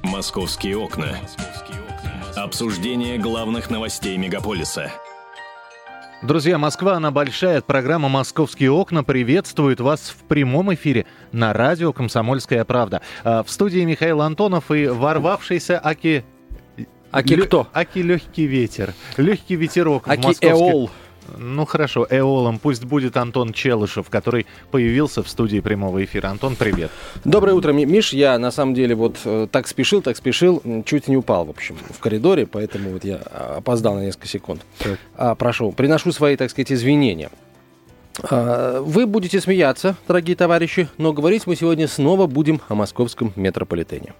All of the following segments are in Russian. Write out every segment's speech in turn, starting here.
«Московские окна». Обсуждение главных новостей мегаполиса. Друзья, Москва, она большая. Программа «Московские окна» приветствует вас в прямом эфире на радио «Комсомольская правда». В студии Михаил Антонов и ворвавшийся Аки легкий ветер. Легкий ветерок в московских... Эол. Ну хорошо, эолом пусть будет Антон Челышев, который появился в студии прямого эфира. Антон, привет. Доброе утро, Миш. Я на самом деле вот так спешил, чуть не упал, в общем, в коридоре, поэтому вот я опоздал на несколько секунд. Прошу, приношу свои, так сказать, извинения. Вы будете смеяться, дорогие товарищи, но говорить мы сегодня снова будем о московском метрополитене.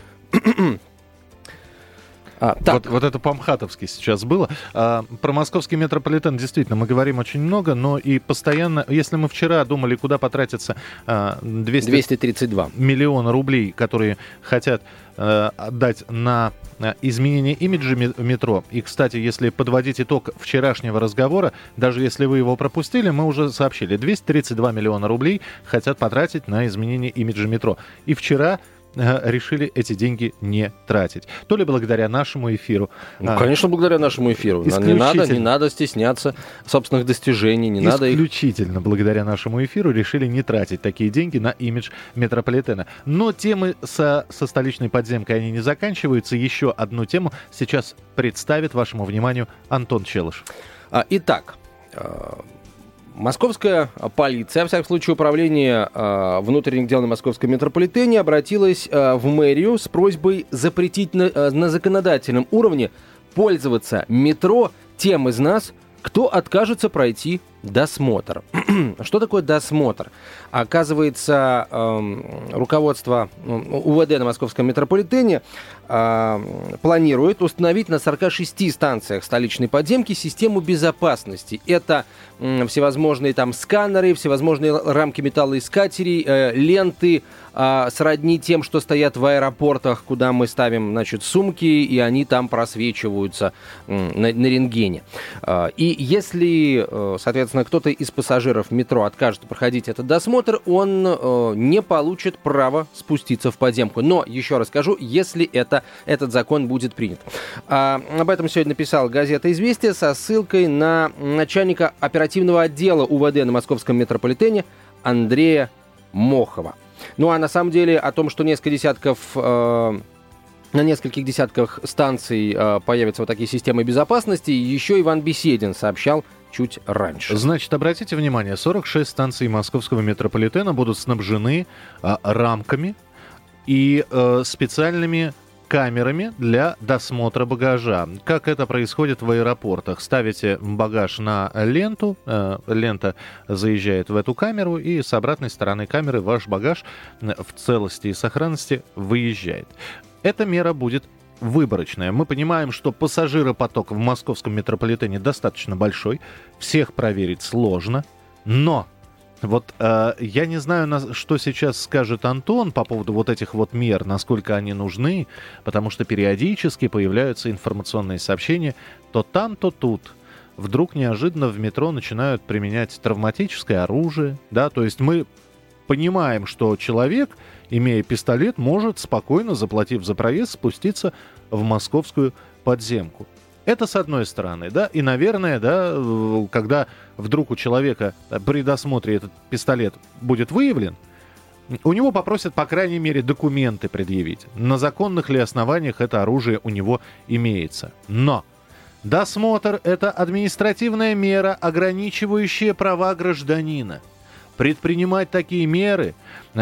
Вот это по-мхатовски сейчас было. Про московский метрополитен действительно мы говорим очень много, но и постоянно, если мы вчера думали, куда потратятся 232 миллиона рублей, которые хотят отдать на изменение имиджа метро. И, кстати, если подводить итог вчерашнего разговора, даже если вы его пропустили, мы уже сообщили, 232 миллиона рублей хотят потратить на изменение имиджа метро. И вчера решили эти деньги не тратить. То ли благодаря нашему эфиру. Ну, конечно, благодаря нашему эфиру. Не надо стесняться собственных достижений. Исключительно благодаря нашему эфиру решили не тратить такие деньги на имидж метрополитена. Но темы со столичной подземкой, они не заканчиваются. Еще одну тему сейчас представит вашему вниманию Антон Челышев. Итак, московская полиция, во всяком случае, управление внутренних дел на московском метрополитене обратилось в мэрию с просьбой запретить на законодательном уровне пользоваться метро тем из нас, кто откажется пройти досмотр. Что такое досмотр? Оказывается, руководство УВД на московском метрополитене планирует установить на 46 станциях столичной подземки систему безопасности. Это всевозможные там сканеры, всевозможные рамки металлоискателей, ленты, сродни тем, что стоят в аэропортах, куда мы ставим, значит, сумки, и они там просвечиваются на рентгене. И если, соответственно, кто-то из пассажиров метро откажется проходить этот досмотр, он не получит права спуститься в подземку. Но, еще раз скажу, если этот закон будет принят. Об этом сегодня написала газета «Известия» со ссылкой на начальника оперативного отдела УВД на московском метрополитене Андрея Мохова. Ну а на самом деле о том, что на нескольких десятках станций появятся вот такие системы безопасности, еще Иван Беседин сообщал чуть раньше. Значит, обратите внимание, 46 станций московского метрополитена будут снабжены рамками и специальными камерами для досмотра багажа. Как это происходит в аэропортах? Ставите багаж на ленту, лента заезжает в эту камеру, и с обратной стороны камеры ваш багаж в целости и сохранности выезжает. Эта мера будет выборочная. Мы понимаем, что пассажиропоток в московском метрополитене достаточно большой, всех проверить сложно, но вот я не знаю, что сейчас скажет Антон по поводу вот этих вот мер, насколько они нужны, потому что периодически появляются информационные сообщения, то там, то тут. Вдруг неожиданно в метро начинают применять травматическое оружие, да, то есть мы понимаем, что человек, имея пистолет, может спокойно, заплатив за проезд, спуститься в московскую подземку. Это с одной стороны, да, и, наверное, да, когда вдруг у человека при досмотре этот пистолет будет выявлен, у него попросят, по крайней мере, документы предъявить. На законных ли основаниях это оружие у него имеется. Но досмотр – это административная мера, ограничивающая права гражданина. Предпринимать такие меры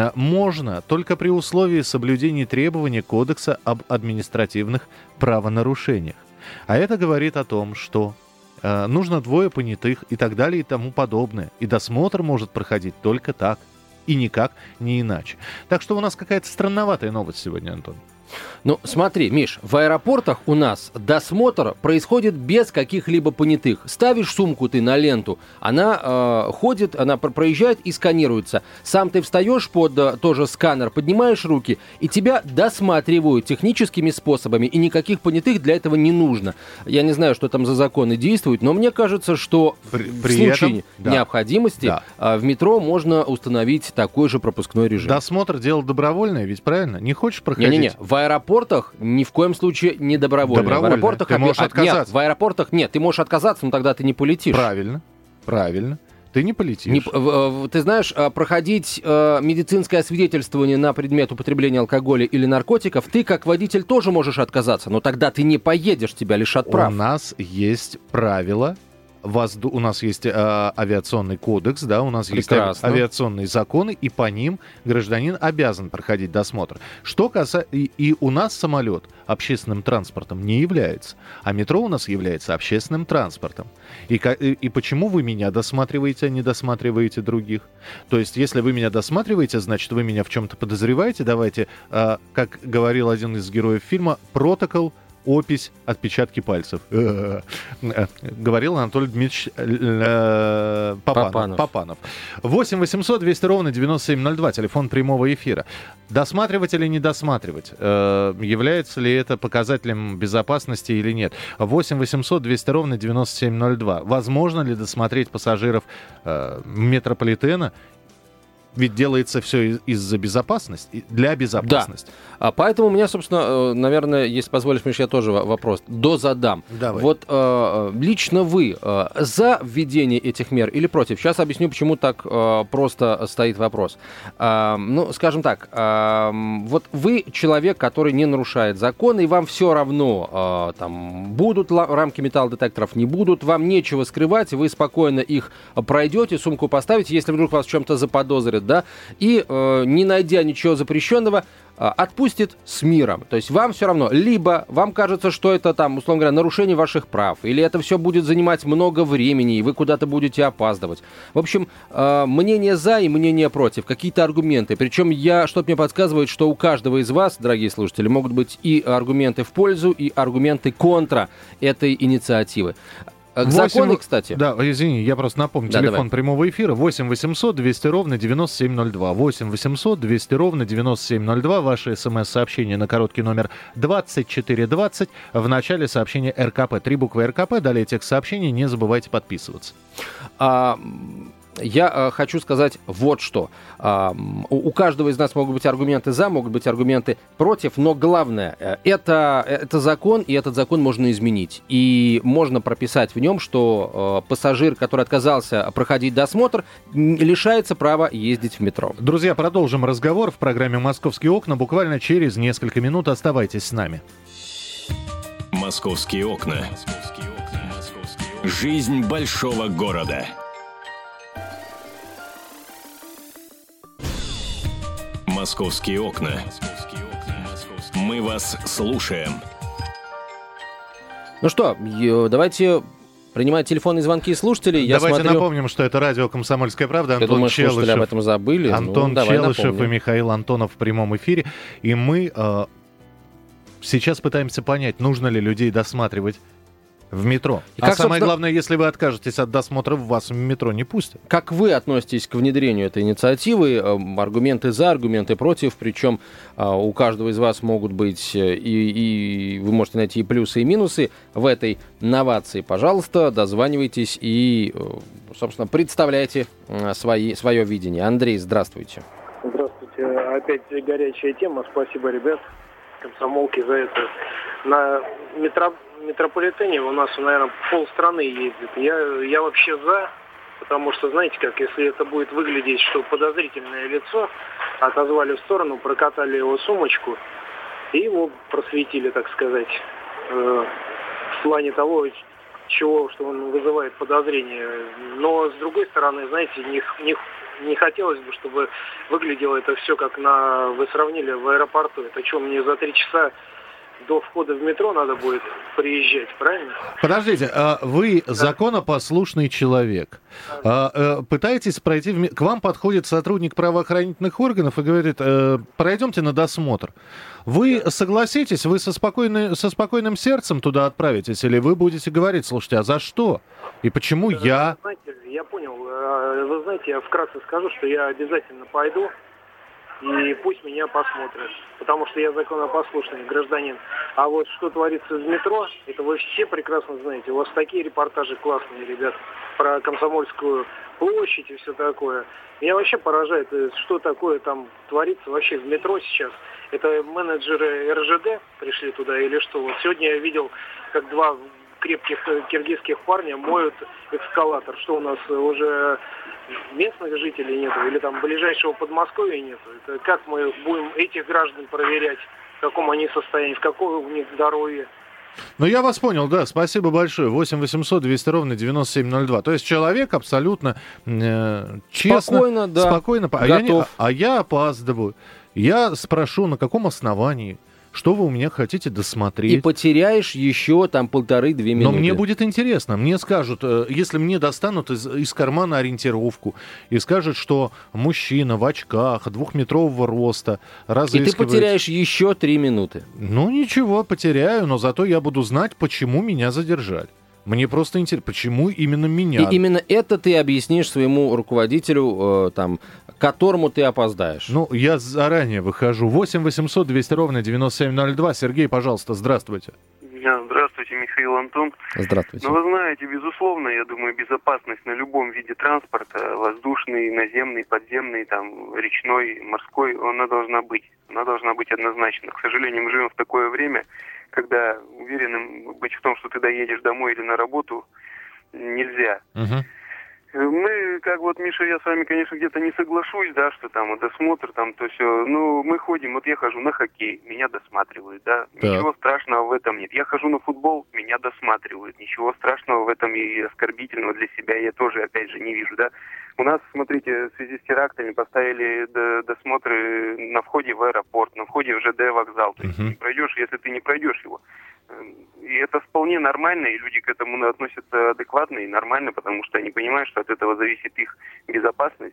можно только при условии соблюдения требований Кодекса об административных правонарушениях. А это говорит о том, что нужно 2 понятых и так далее и тому подобное. И досмотр может проходить только так и никак не иначе. Так что у нас какая-то странноватая новость сегодня, Антон. Ну, смотри, Миш, в аэропортах у нас досмотр происходит без каких-либо понятых. Ставишь сумку ты на ленту, она ходит, она проезжает и сканируется. Сам ты встаешь под тоже сканер, поднимаешь руки, и тебя досматривают техническими способами, и никаких понятых для этого не нужно. Я не знаю, что там за законы действуют, но мне кажется, что в случае необходимости в метро можно установить такой же пропускной режим. Досмотр — дело добровольное, ведь правильно? Не хочешь проходить? Не-не-не, в аэропортах ни в коем случае не добровольно. Добровольно. В аэропортах Ты можешь отказаться. Нет, в аэропортах нет. Ты можешь отказаться, но тогда ты не полетишь. Правильно. Ты не полетишь. Ты знаешь, проходить медицинское освидетельствование на предмет употребления алкоголя или наркотиков ты как водитель тоже можешь отказаться, но тогда ты не поедешь, тебя лишат прав. У нас есть правила. У нас есть авиационный кодекс, да, у нас Прекрасно. есть авиационные законы, и по ним гражданин обязан проходить досмотр. И у нас самолет общественным транспортом не является, а метро у нас является общественным транспортом. И почему вы меня досматриваете, а не досматриваете других? То есть, если вы меня досматриваете, значит, вы меня в чем-то подозреваете. Давайте, как говорил один из героев фильма, протокол, опись, отпечатки пальцев. Говорил Анатолий Дмитриевич Папанов. 8 800 200 ровно 9702, телефон прямого эфира. Досматривать или не досматривать? Является ли это показателем безопасности или нет? 8 800 200 ровно 9702. Возможно ли досмотреть пассажиров метрополитена? Ведь делается все из-за безопасности, для безопасности. Да. Поэтому у меня, собственно, наверное, если позволишь, Миш, я тоже вопрос дозадам. Давай. Вот лично вы за введение этих мер или против? Сейчас объясню, почему так просто стоит вопрос. Скажем так, вот вы человек, который не нарушает законы, и вам все равно, там, будут рамки металлодетекторов, не будут, вам нечего скрывать, вы спокойно их пройдете, сумку поставите, если вдруг вас в чем-то заподозрят, да, и, не найдя ничего запрещенного, отпустит с миром. То есть вам все равно, либо вам кажется, что это там, условно говоря, нарушение ваших прав, или это все будет занимать много времени, и вы куда-то будете опаздывать. В общем, мнение за и мнение против, какие-то аргументы. Причем что-то мне подсказывает, что у каждого из вас, дорогие слушатели, могут быть и аргументы в пользу, и аргументы контра этой инициативы. К закону, кстати. Да, извини, я просто напомню. Телефон давай. прямого эфира 8 800 200 ровно 9702. 8 800 200 ровно 9702. Ваши смс-сообщения на короткий номер 2420. В начале сообщения РКП. 3 буквы РКП. Далее текст сообщения. Не забывайте подписываться. Я хочу сказать вот что. У каждого из нас могут быть аргументы за, могут быть аргументы против, но главное, это закон, и этот закон можно изменить. И можно прописать в нем, что пассажир, который отказался проходить досмотр, лишается права ездить в метро. Друзья, продолжим разговор в программе «Московские окна» буквально через несколько минут. Оставайтесь с нами. «Московские окна». Жизнь большого города. «Московские окна». Мы вас слушаем. Ну что, давайте принимать телефонные звонки слушателей. Давайте напомним, что это радио «Комсомольская правда». Я думаю, слушатели об этом забыли. Антон Челышев и Михаил Антонов в прямом эфире. И мы сейчас пытаемся понять, нужно ли людей досматривать в метро. Самое главное, если вы откажетесь от досмотра, вас в метро не пустят. Как вы относитесь к внедрению этой инициативы? Аргументы за, аргументы против. Причем у каждого из вас могут быть, и вы можете найти и плюсы, и минусы в этой новации. Пожалуйста, дозванивайтесь и, собственно, представляйте свое видение. Андрей, здравствуйте. Здравствуйте. Опять горячая тема. Спасибо, ребят, комсомолки, за это. На метрополитене у нас, наверное, полстраны ездит. Я вообще за, потому что, знаете как, если это будет выглядеть, что подозрительное лицо, отозвали в сторону, прокатали его сумочку и его просветили, так сказать, в плане того, что он вызывает подозрение. Но, с другой стороны, знаете, не хотелось бы, чтобы выглядело это все, как вы сравнили в аэропорту. Это что, мне за 3 часа до входа в метро надо будет приезжать, правильно? Подождите, вы законопослушный человек. Пытаетесь пройти... К вам подходит сотрудник правоохранительных органов и говорит, пройдемте на досмотр. Вы согласитесь, вы со спокойным сердцем туда отправитесь, или вы будете говорить, слушайте, а за что? И почему я... Знаете, я понял. Вы знаете, я вкратце скажу, что я обязательно пойду. и пусть меня посмотрят, потому что я законопослушный гражданин. А вот что творится в метро, это вы все прекрасно знаете. У вас такие репортажи классные, ребят, про Комсомольскую площадь и все такое. Меня вообще поражает, что такое там творится вообще в метро сейчас. Это менеджеры РЖД пришли туда или что? Вот сегодня я видел, как два крепких киргизских парня моют эскалатор. Что у нас уже местных жителей нету? Или там ближайшего Подмосковья нету? Это как мы будем этих граждан проверять? В каком они состоянии, в каком у них здоровье? Ну, я вас понял, да, спасибо большое. 8 800 200 ровно 9702. То есть человек абсолютно честно, спокойно, да, спокойно, готов. А я опаздываю. Я спрошу, на каком основании, что вы у меня хотите досмотреть. И потеряешь еще там 1,5-2 минуты. Но мне будет интересно. Мне скажут, если мне достанут из кармана ориентировку и скажут, что мужчина в очках 2-метрового роста разыскивает... И ты потеряешь еще 3 минуты. Ну, ничего, потеряю, но зато я буду знать, почему меня задержали. Мне просто интересно, почему именно меня. И именно это ты объяснишь своему руководителю, которому ты опоздаешь. Ну, я заранее выхожу. 8 800 200 ровно 9702. Сергей, пожалуйста, здравствуйте. Здравствуйте, Михаил, Антон. Здравствуйте. Ну, вы знаете, безусловно, я думаю, безопасность на любом виде транспорта, воздушный, наземный, подземный, там, речной, морской, она должна быть. Она должна быть однозначно. К сожалению, мы живем в такое время, когда уверенным быть в том, что ты доедешь домой или на работу, нельзя. Угу. Мы, как вот, Миша, я с вами, конечно, где-то не соглашусь, да, что там досмотр, там то все. Ну, мы ходим, вот я хожу на хоккей, меня досматривают, да. Так. Ничего страшного в этом нет. Я хожу на футбол, меня досматривают. Ничего страшного в этом и оскорбительного для себя я тоже, опять же, не вижу, да. У нас, смотрите, в связи с терактами поставили досмотры на входе в аэропорт, на входе в ЖД вокзал. То есть не пройдешь, если ты не пройдешь его. И это вполне нормально, и люди к этому относятся адекватно и нормально, потому что они понимают, что от этого зависит их безопасность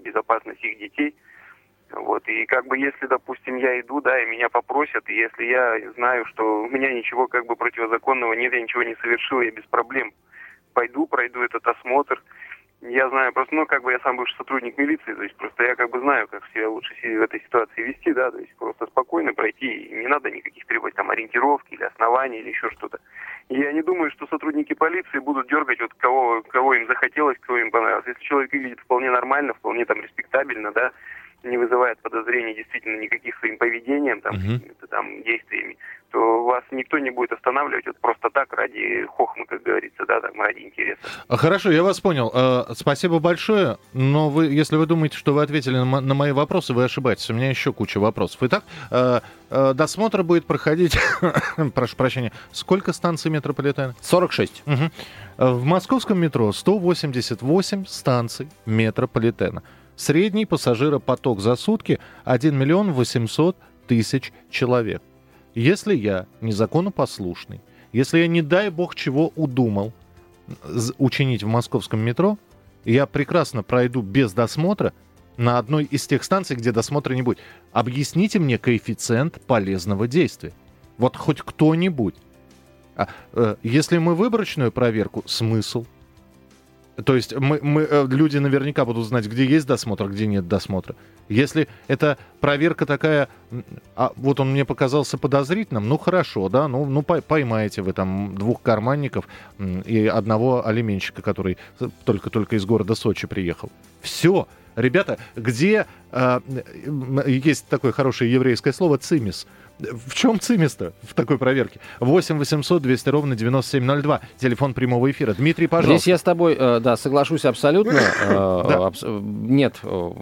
их детей. Вот. И как бы если, допустим, я иду, да, и меня попросят, и если я знаю, что у меня ничего как бы противозаконного нет, я ничего не совершил, я без проблем пойду, пройду этот осмотр. Я знаю просто, ну, как бы я сам бывший сотрудник милиции, то есть просто я как бы знаю, как себя лучше в этой ситуации вести, да, то есть просто спокойно пройти, и не надо никаких требовать там ориентировки или оснований или еще что-то. И я не думаю, что сотрудники полиции будут дергать вот кого им захотелось, кого им понравилось. Если человек выглядит вполне нормально, вполне там респектабельно, да, не вызывает подозрений действительно никаких своим поведением, там, какими-то там действиями, то вас никто не будет останавливать вот просто так ради хохмы, как говорится, да, там, ради интереса. Хорошо, я вас понял. Спасибо большое, но если вы думаете, что вы ответили на мои вопросы, вы ошибаетесь. У меня еще куча вопросов. Итак, досмотр будет проходить, прошу прощения, сколько станций метрополитена? 46. Угу. В московском метро 188 станций метрополитена. Средний пассажиропоток за сутки 1 миллион 800 тысяч человек. Если я незаконопослушный, если я, не дай бог, чего удумал учинить в московском метро, я прекрасно пройду без досмотра на одной из тех станций, где досмотра не будет. Объясните мне коэффициент полезного действия. Вот хоть кто-нибудь. Если мы выборочную проверку, смысл? То есть люди наверняка будут знать, где есть досмотр, где нет досмотра. Если это проверка такая, вот он мне показался подозрительным, ну хорошо, да, ну поймаете вы там 2 карманников и одного алименщика, который только из города Сочи приехал. Все, ребята, где есть такое хорошее еврейское слово «цимис». В чем цимис-то в такой проверке? 8 800 200 ровно 9702. Телефон прямого эфира. Дмитрий, пожалуйста. Здесь я с тобой, да, соглашусь абсолютно. Нет,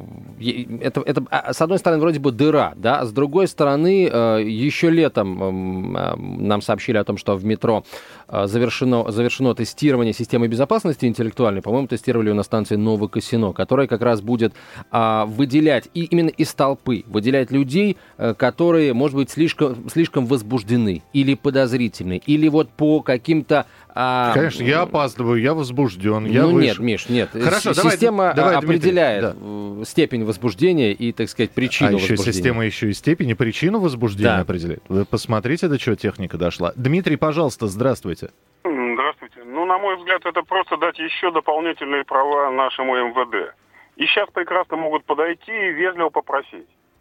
это, с одной стороны, вроде бы дыра, да, с другой стороны, еще летом нам сообщили о том, что в метро завершено тестирование системы безопасности интеллектуальной. По-моему, тестировали ее на станции Новокосино, которая как раз будет выделять, и именно из толпы, выделять людей, которые, может быть, слишком возбуждены или подозрительны, или вот по каким-то... Конечно, я опаздываю, я возбужден, я Ну выше. нет, Миш, нет. Хорошо, система давай, определяет степень возбуждения и, так сказать, причину возбуждения. Система еще и степень, и причину возбуждения определяет. Вы посмотрите, до чего техника дошла. Дмитрий, пожалуйста, здравствуйте. Здравствуйте. Ну, на мой взгляд, это просто дать еще дополнительные права нашему МВД. И сейчас прекрасно могут подойти и вежливо попросить.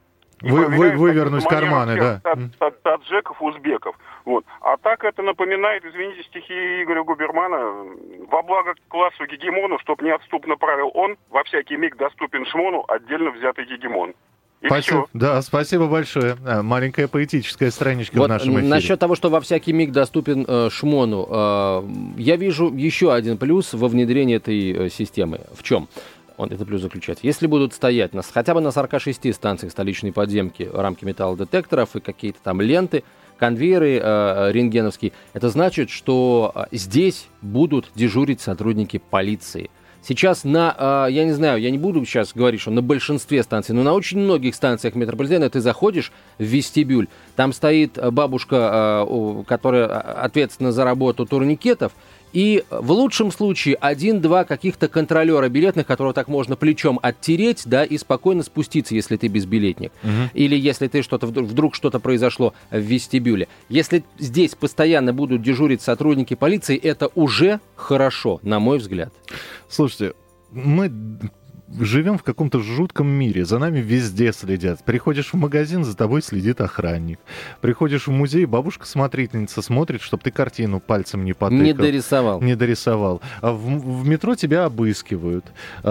Вывернуть карманы, да. Таджиков, узбеков. Вот. А так это напоминает, извините, стихи Игоря Губермана. Во благо классу гегемону, чтоб неотступно правил он, во всякий миг доступен шмону отдельно взятый гегемон. Спасибо. Да, спасибо большое. Маленькая поэтическая страничка в нашем эфире. Насчет того, что во всякий миг доступен шмону, я вижу еще один плюс во внедрении этой системы. В чем? Это плюс заключается. Если будут стоять хотя бы на 46 станциях столичной подземки рамки металлодетекторов и какие-то там ленты, конвейеры рентгеновские, это значит, что здесь будут дежурить сотрудники полиции. Сейчас я не знаю, я не буду сейчас говорить, что на большинстве станций, но на очень многих станциях метрополитена ты заходишь в вестибюль, там стоит бабушка, которая ответственна за работу турникетов, и в лучшем случае 1-2 каких-то контролера билетных, которого так можно плечом оттереть, да, и спокойно спуститься, если ты безбилетник. Или если ты вдруг что-то произошло в вестибюле. Если здесь постоянно будут дежурить сотрудники полиции, это уже хорошо, на мой взгляд. Слушайте, мы живем в каком-то жутком мире, за нами везде следят. Приходишь в магазин, за тобой следит охранник. Приходишь в музей, бабушка-смотрительница смотрит, чтобы ты картину пальцем не потыкал. Не дорисовал. В метро тебя обыскивают.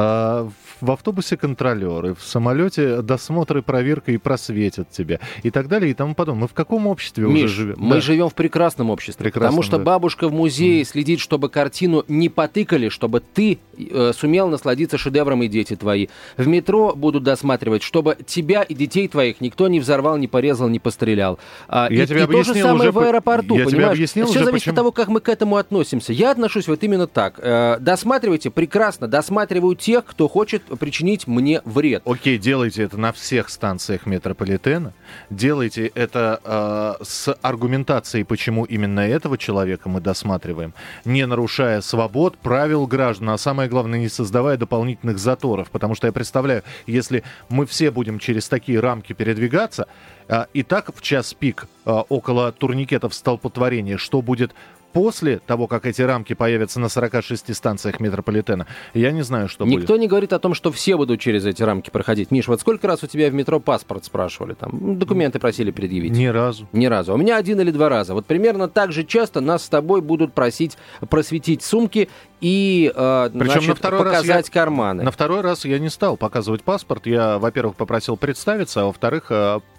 В автобусе контролеры. В самолете досмотры, проверка и просветят тебя. И так далее, и тому подобное. Мы в каком обществе уже живем? Мы живем в прекрасном обществе. Потому что бабушка в музее следит, чтобы картину не потыкали, чтобы ты сумел насладиться шедевром и дети твои. В метро будут досматривать, чтобы тебя и детей твоих никто не взорвал, не порезал, не пострелял. И то же самое в аэропорту, понимаешь? Все зависит от того, как мы к этому относимся. Я отношусь вот именно так. Досматривайте прекрасно, досматриваю тех, кто хочет причинить мне вред. Окей, делайте это на всех станциях метрополитена. Делайте это с аргументацией, почему именно этого человека мы досматриваем, не нарушая свобод, правил граждан, а самое главное, не создавая дополнительных заторов. Потому что я представляю, если мы все будем через такие рамки передвигаться, и так в час пик около турникетов столпотворения, что будет после того, как эти рамки появятся на 46 станциях метрополитена, я не знаю, что будет. Никто не говорит о том, что все будут через эти рамки проходить. Миш, вот сколько раз у тебя в метро паспорт спрашивали? Там документы просили предъявить? Ни разу. Ни разу. У меня 1 или 2 раза. Вот примерно так же часто нас с тобой будут просить просветить сумки и показать карманы. На второй раз я не стал показывать паспорт. Я, во-первых, попросил представиться, а во-вторых,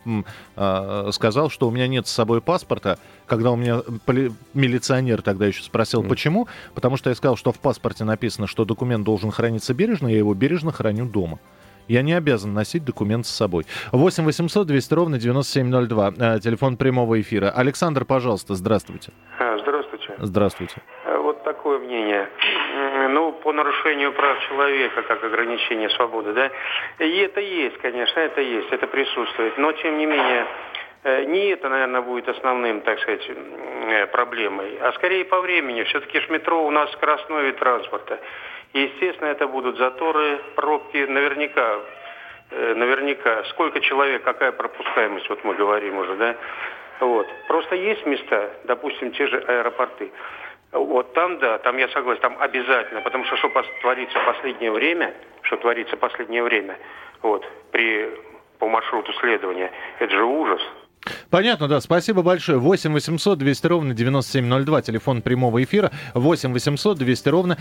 сказал, что у меня нет с собой паспорта. Когда у меня милиционер тогда еще спросил, почему, потому что я сказал, что в паспорте написано, что документ должен храниться бережно, я его бережно храню дома. Я не обязан носить документ с собой. 8 800 200 ровно 9702. Телефон прямого эфира. Александр, пожалуйста, здравствуйте. Здравствуйте. Здравствуйте. Вот такое мнение. По нарушению прав человека, как ограничение свободы, да, и это есть, конечно, это присутствует. Но, тем не менее, не это, наверное, будет основным, так сказать, проблемой, а скорее по времени. Все-таки метро у нас скоростной вид транспорта. И, естественно, это будут заторы, пробки, наверняка. Сколько человек, какая пропускаемость, вот мы говорим уже, да. Вот. Просто есть места, допустим, те же аэропорты. Вот там, да, там я согласен, там обязательно, потому что творится последнее время, вот, по маршруту следования, это же ужас. Понятно, да, спасибо большое. 8 800 200 ровно 9702, телефон прямого эфира, 8 800 200 ровно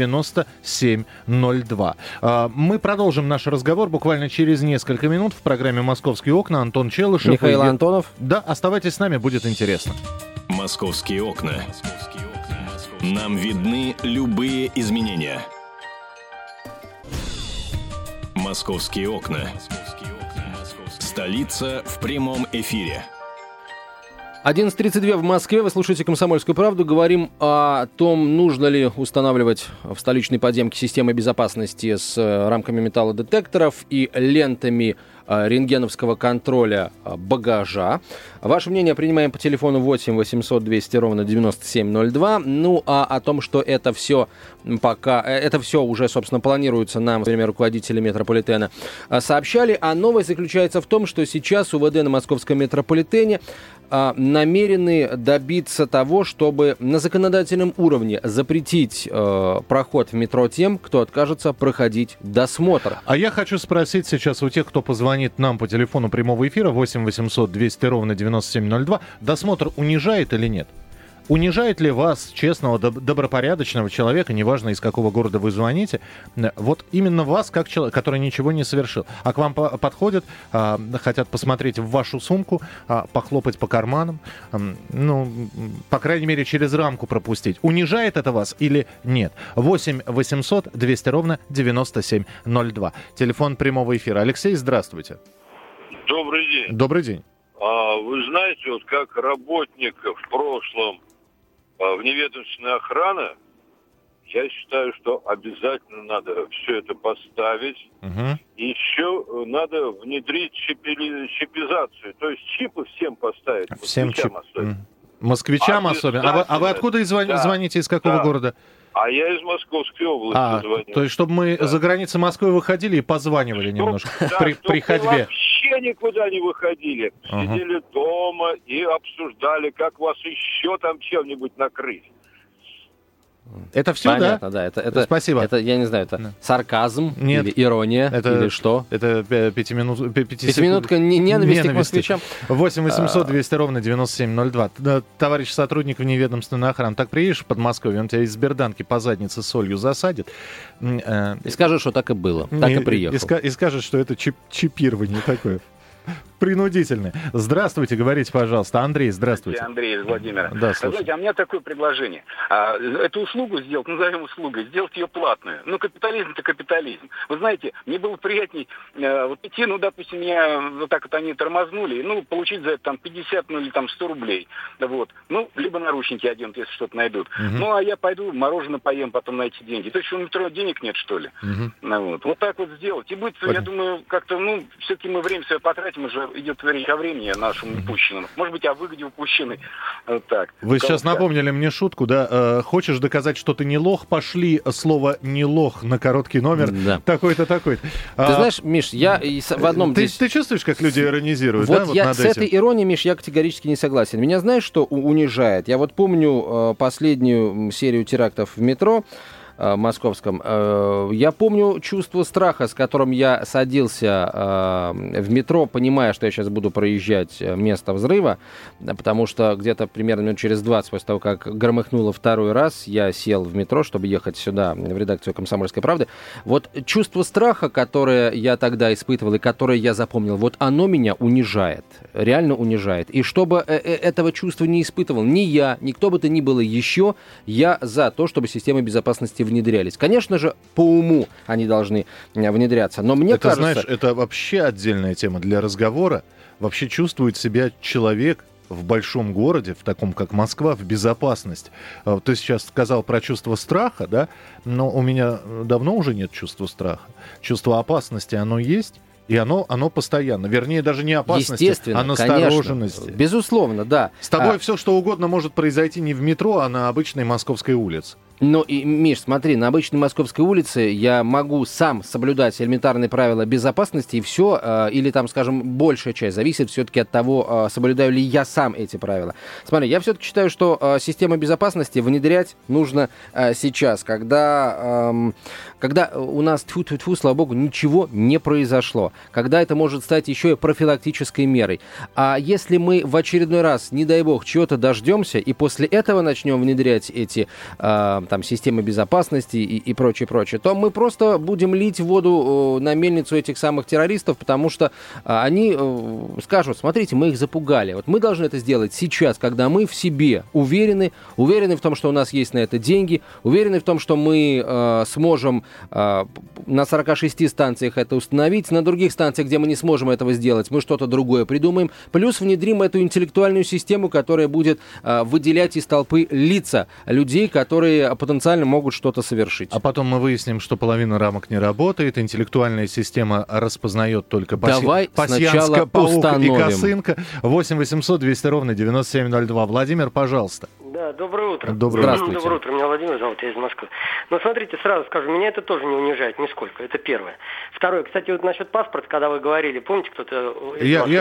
9702. Мы продолжим наш разговор буквально через несколько минут в программе «Московские окна». Антон Челышев. Михаил Антонов. Да, оставайтесь с нами, будет интересно. «Московские окна». Нам видны любые изменения. «Московские окна». Столица в прямом эфире. 11:32 в Москве. Вы слушаете «Комсомольскую правду». Говорим о том, нужно ли устанавливать в столичной подземке системы безопасности с рамками металлодетекторов и лентами рентгеновского контроля багажа. Ваше мнение принимаем по телефону 8 800 200 ровно 9702. Ну, а о том, что это все уже, собственно, планируется нам, например, руководители метрополитена, сообщали. А новость заключается в том, что сейчас УВД на московском метрополитене намерены добиться того, чтобы на законодательном уровне запретить проход в метро тем, кто откажется проходить досмотр. А я хочу спросить сейчас у тех, кто позвонит нам по телефону прямого эфира 8 800 200 ровно 9702, досмотр унижает или нет? Унижает ли вас, честного, добропорядочного человека, неважно из какого города вы звоните, вот именно вас, как человек, который ничего не совершил, а к вам подходят, хотят посмотреть в вашу сумку, похлопать по карманам, по крайней мере, через рамку пропустить. Унижает это вас или нет? 8 800 200 ровно 9702. Телефон прямого эфира. Алексей, здравствуйте. Добрый день. Добрый день. Вы знаете, вот как работник в прошлом вневедомственной охраны, я считаю, что обязательно надо все это поставить. Угу. И еще надо внедрить чипизацию. То есть чипы всем поставить. Всем москвичам особенно. Москвичам особенно. А вы откуда звоните, из какого города? А я из Московской области звоню. То есть, чтобы мы за границей Москвы выходили и позванивали немножко при ходьбе. Вообще никуда не выходили. Сидели дома и обсуждали, как вас еще там чем-нибудь накрыть. Это все, понятно, да? Это, спасибо. Это, я не знаю, это сарказм Нет, или ирония, или что? Это пятиминутка ненависти к москвичам. 8 800 200 ровно 9702. Товарищ сотрудник вневедомственной охраны. Так приедешь в Подмосковье, он тебя из берданки по заднице солью засадит. И скажешь, что так и было, так и приехал. И скажет, что это чипирование такое. Принудительное. Здравствуйте, говорите, пожалуйста. Андрей, здравствуйте. Андрей из Владимира. Да, знаете, а у меня такое предложение. Эту услугу сделать, назовем услугой, сделать ее платную. Капитализм-то капитализм. Вы знаете, мне было приятней идти, допустим, меня вот так вот они тормознули, получить за это там 50, или там 100 рублей. Вот. Либо наручники оденут, если что-то найдут. А я пойду мороженое поем потом на эти деньги. То есть у метро денег нет, что ли? Вот так вот сделать. И будет, я думаю, как-то, все-таки мы время свое потратим, уже идет речь о времени нашему упущенному. Может быть, о выгоде упущенной. Вот так. Вы сейчас напомнили мне шутку, да? Хочешь доказать, что ты не лох? Пошли слово «не лох» на короткий номер. Да. Такой-то, такой-то. Ты знаешь, Миш, я в одном... Ты чувствуешь, как люди иронизируют, вот да? С этой иронией, Миш, я категорически не согласен. Меня знаешь, что унижает? Я помню последнюю серию терактов в метро московском. Я помню чувство страха, с которым я садился в метро, понимая, что я сейчас буду проезжать место взрыва, потому что где-то примерно минут через 20 после того, как громыхнуло второй раз, я сел в метро, чтобы ехать сюда, в редакцию «Комсомольской правды». Вот чувство страха, которое я тогда испытывал и которое я запомнил, вот оно меня унижает, реально унижает. И чтобы этого чувства не испытывал ни я, ни кто бы то ни было еще, я за то, чтобы системы безопасности внедрялись. Конечно же, по уму они должны внедряться, но мне кажется... Знаешь, это вообще отдельная тема для разговора. Вообще чувствует себя человек в большом городе, в таком как Москва, в безопасности. Ты сейчас сказал про чувство страха, да? Но у меня давно уже нет чувства страха. Чувство опасности, оно есть. И оно постоянно. Вернее, даже не опасности, а настороженности. Конечно. Безусловно, да. С тобой все, что угодно может произойти не в метро, а на обычной московской улице. Миш, смотри, на обычной московской улице я могу сам соблюдать элементарные правила безопасности, и все, или там, скажем, большая часть зависит все-таки от того, соблюдаю ли я сам эти правила. Смотри, я все-таки считаю, что систему безопасности внедрять нужно сейчас, когда у нас, тьфу-тьфу-тьфу, слава богу, ничего не произошло, когда это может стать еще и профилактической мерой. А если мы в очередной раз, не дай бог, чего-то дождемся, и после этого начнем внедрять эти системы безопасности и прочее, то мы просто будем лить воду на мельницу этих самых террористов, потому что они скажут: смотрите, мы их запугали. Вот мы должны это сделать сейчас, когда мы в себе уверены в том, что у нас есть на это деньги, уверены в том, что мы сможем на 46 станциях это установить, на других станциях, где мы не сможем этого сделать, мы что-то другое придумаем, плюс внедрим эту интеллектуальную систему, которая будет выделять из толпы лица людей, которые потенциально могут что-то совершить. А потом мы выясним, что половина рамок не работает, интеллектуальная система распознает только пасьянска, паук и косынка. 8 800 200 ровно 9702. Владимир, пожалуйста. Да, Да, доброе утро. Здравствуйте. Доброе утро, меня Владимир зовут, я из Москвы. Но смотрите, сразу скажу, меня это тоже не унижает нисколько, это первое. Второе, кстати, вот насчет паспорта, когда вы говорили, помните, кто-то...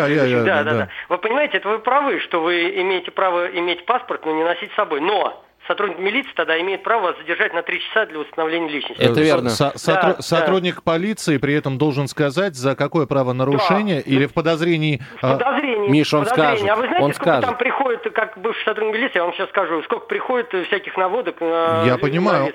Да. Вы понимаете, это вы правы, что вы имеете право иметь паспорт, но не носить с собой, но... Сотрудник милиции тогда имеет право вас задержать на 3 часа для установления личности. Это верно. Сотрудник полиции при этом должен сказать, за какое правонарушение или в подозрении... Миша, он скажет. А вы знаете, он сколько скажет. там приходит, как бывший сотрудник милиции, я вам сейчас скажу, сколько приходит всяких наводок... Я понимаю,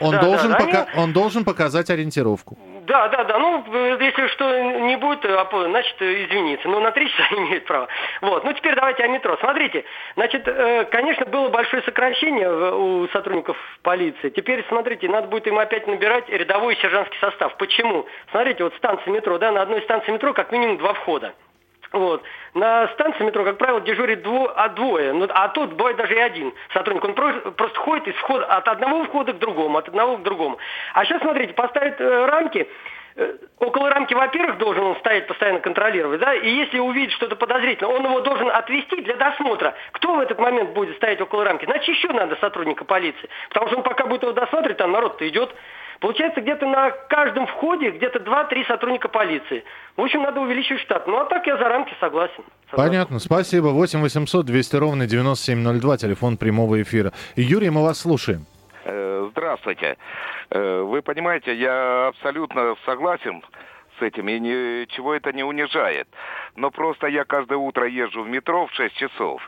он должен показать ориентировку. Да. Ну, если что не будет, значит, извиниться. Но на 3 часа имеет право. Вот. Ну, теперь давайте о метро. Смотрите, значит, конечно, было большое сокращение у сотрудников полиции. Теперь, смотрите, надо будет им опять набирать рядовой и сержантский состав. Почему? Смотрите, вот станция метро, да, на одной станции метро как минимум 2 входа. Вот. На станции метро, как правило, дежурит двое, а тут бывает даже и один сотрудник. Он просто ходит от одного входа к другому, от одного к другому. А сейчас, смотрите, поставят рамки. Около рамки, во-первых, должен он стоять, постоянно контролировать, да, и если увидит что-то подозрительное, он его должен отвести для досмотра. Кто в этот момент будет стоять около рамки? Значит, еще надо сотрудника полиции, потому что он пока будет его досматривать, там народ-то идет. Получается, где-то на каждом входе где-то 2-3 сотрудника полиции. В общем, надо увеличивать штат. Ну, а так я за рамки согласен. Понятно, спасибо. 8 800 200 ровно 9702, телефон прямого эфира. Юрий, мы вас слушаем. Здравствуйте. Вы понимаете, я абсолютно согласен с этим, и ничего это не унижает. Но просто я каждое утро езжу в метро в 6 часов.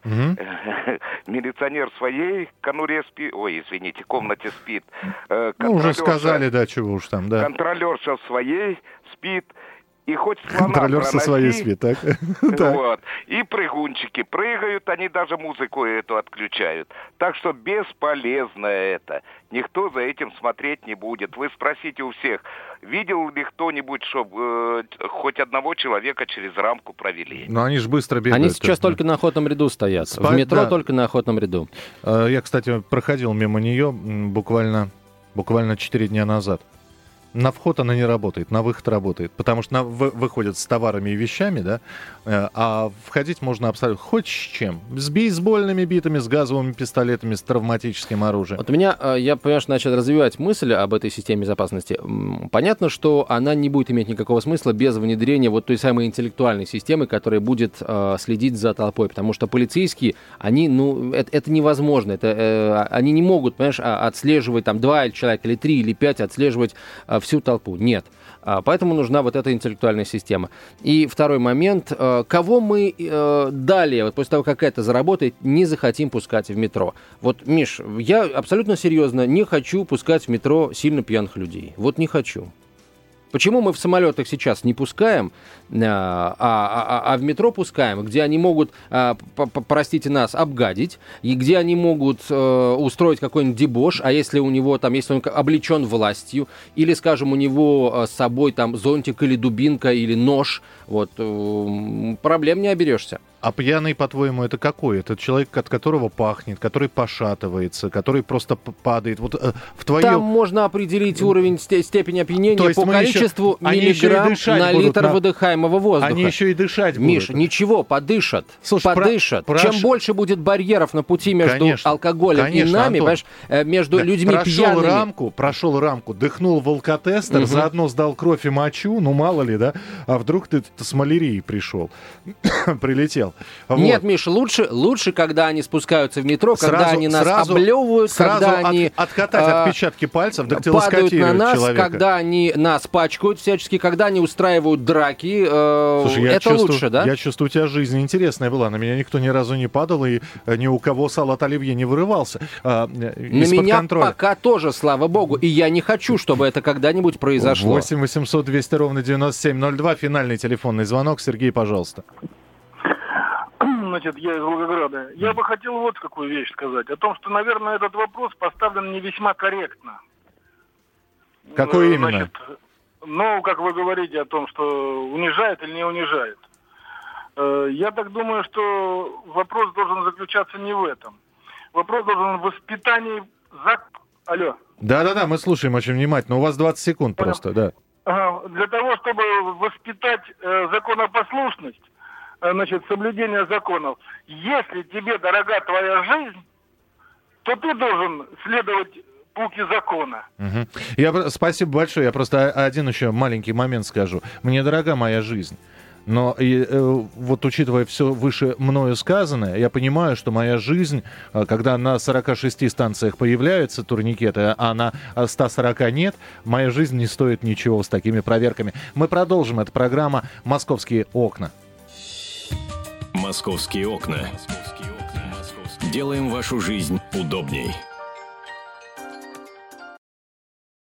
Милиционер в своей конуре спит, комнате спит. Ну, уже сказали, да, чего уж там, да. Контролерша в своей спит. И хоть слона контролер со своей спит, так? Вот. И прыгунчики прыгают, они даже музыку эту отключают. Так что бесполезно это. Никто за этим смотреть не будет. Вы спросите у всех, видел ли кто-нибудь, чтобы хоть одного человека через рамку провели? Но они же быстро бегают. Они сейчас только на охотном ряду стоят. В метро только на охотном ряду. Я, кстати, проходил мимо нее буквально 4 дня назад. На вход она не работает, на выход работает, потому что выходят с товарами и вещами, да, а входить можно абсолютно хоть с чем. С бейсбольными битами, с газовыми пистолетами, с травматическим оружием. Вот у меня, я, понимаешь, начал развивать мысль об этой системе безопасности. Понятно, что она не будет иметь никакого смысла без внедрения вот той самой интеллектуальной системы, которая будет следить за толпой, потому что полицейские, они, это невозможно, они не могут, понимаешь, отслеживать там 2 человека, или 3, или 5, отслеживать всю толпу. Нет. Поэтому нужна вот эта интеллектуальная система. И второй момент. Кого мы далее, вот после того, как это заработает, не захотим пускать в метро? Вот, Миш, я абсолютно серьезно не хочу пускать в метро сильно пьяных людей. Вот не хочу. Почему мы в самолетах сейчас не пускаем, а в метро пускаем, где они могут, простите нас, обгадить, и где они могут устроить какой-нибудь дебош, а если у него там, если он облечен властью, или, скажем, у него с собой там зонтик или дубинка или нож, вот, проблем не оберешься. А пьяный, по-твоему, это какой? Это человек, от которого пахнет, который пошатывается, который просто падает. Вот в твоем... Там можно определить уровень, степень опьянения по количеству миллиграмм на литр выдыхаемого воздуха. Они еще и дышать будут. Миш, ничего, подышат. Слушай, подышат. Чем больше будет барьеров на пути между алкоголем и нами, понимаешь, между людьми пьяными. Прошел рамку, дыхнул в алкотестер, заодно сдал кровь и мочу, ну мало ли, да? А вдруг ты с малярией пришел, прилетел. Вот. Нет, Миша, лучше, когда они спускаются в метро, когда они нас облевывают, когда они откатать отпечатки пальцев, падают на нас, человека. Когда они нас пачкают всячески, когда они устраивают драки. Слушай, это лучше, да? Я чувствую, у тебя жизнь интересная была. На меня никто ни разу не падал, и ни у кого салат оливье не вырывался. На меня контроля. Пока тоже, слава богу, и я не хочу, чтобы это когда-нибудь произошло. 8 800 200 ровно 9702, финальный телефонный звонок. Сергей, пожалуйста. Значит, я из Волгограда. Я бы хотел вот какую вещь сказать. О том, что, наверное, этот вопрос поставлен не весьма корректно. Какой именно? Значит, как вы говорите о том, что унижает или не унижает. Я так думаю, что вопрос должен заключаться не в этом. Вопрос должен в воспитании... Алло. Да-да-да, мы слушаем очень внимательно. У вас 20 секунд просто, да. Для того, чтобы воспитать законопослушность, значит, соблюдение законов. Если тебе дорога твоя жизнь, то ты должен следовать букве закона. Спасибо большое. Я просто один еще маленький момент скажу. Мне дорога моя жизнь. Но вот учитывая все выше мною сказанное, я понимаю, что моя жизнь, когда на 46 станциях появляются турникеты, а на 140 нет, моя жизнь не стоит ничего с такими проверками. Мы продолжим. Это программа «Московские окна». «Московские окна». Делаем вашу жизнь удобней.